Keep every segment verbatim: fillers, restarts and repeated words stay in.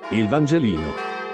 Il Vangelino.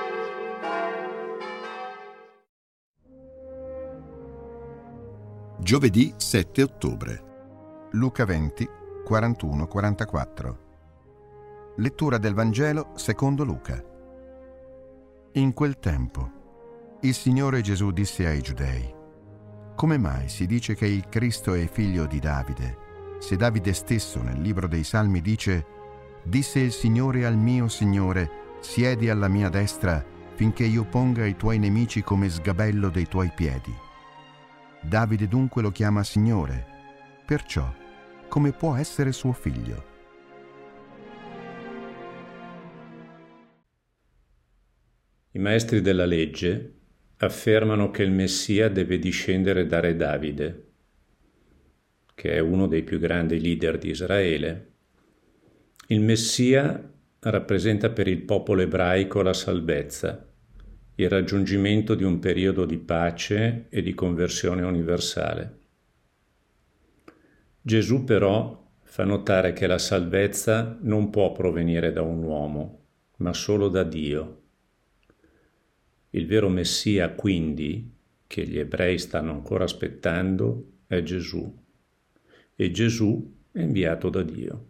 Giovedì sette ottobre. Luca venti, quarantuno quarantaquattro. Lettura del Vangelo secondo Luca. In quel tempo, il Signore Gesù disse ai Giudei: come mai si dice che il Cristo è figlio di Davide, se Davide stesso nel libro dei Salmi dice: disse il Signore al mio Signore, siedi alla mia destra finché io ponga i tuoi nemici come sgabello dei tuoi piedi. Davide dunque lo chiama Signore, perciò come può essere suo figlio? I maestri della legge affermano che il Messia deve discendere da re Davide, che è uno dei più grandi leader di Israele. Il Messia rappresenta per il popolo ebraico la salvezza, il raggiungimento di un periodo di pace e di conversione universale. Gesù però fa notare che la salvezza non può provenire da un uomo, ma solo da Dio. Il vero Messia, quindi, che gli ebrei stanno ancora aspettando, è Gesù, e Gesù è inviato da Dio.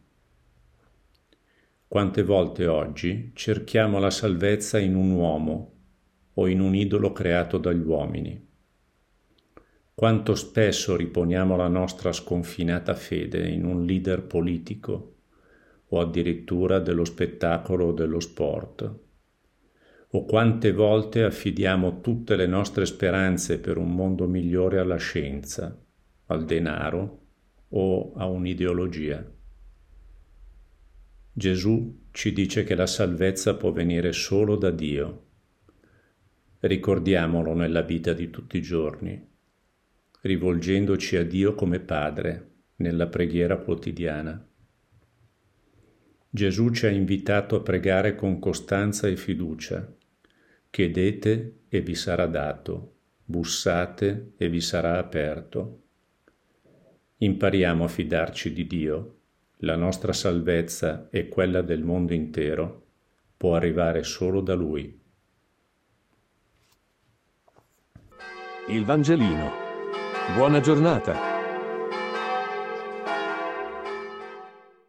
Quante volte oggi cerchiamo la salvezza in un uomo o in un idolo creato dagli uomini? Quanto spesso riponiamo la nostra sconfinata fede in un leader politico o addirittura dello spettacolo o dello sport? O quante volte affidiamo tutte le nostre speranze per un mondo migliore alla scienza, al denaro o a un'ideologia? Gesù ci dice che la salvezza può venire solo da Dio. Ricordiamolo nella vita di tutti i giorni, rivolgendoci a Dio come Padre nella preghiera quotidiana. Gesù ci ha invitato a pregare con costanza e fiducia. Chiedete e vi sarà dato, bussate e vi sarà aperto. Impariamo a fidarci di Dio. La nostra salvezza e quella del mondo intero può arrivare solo da Lui. Il Vangelino. Buona giornata.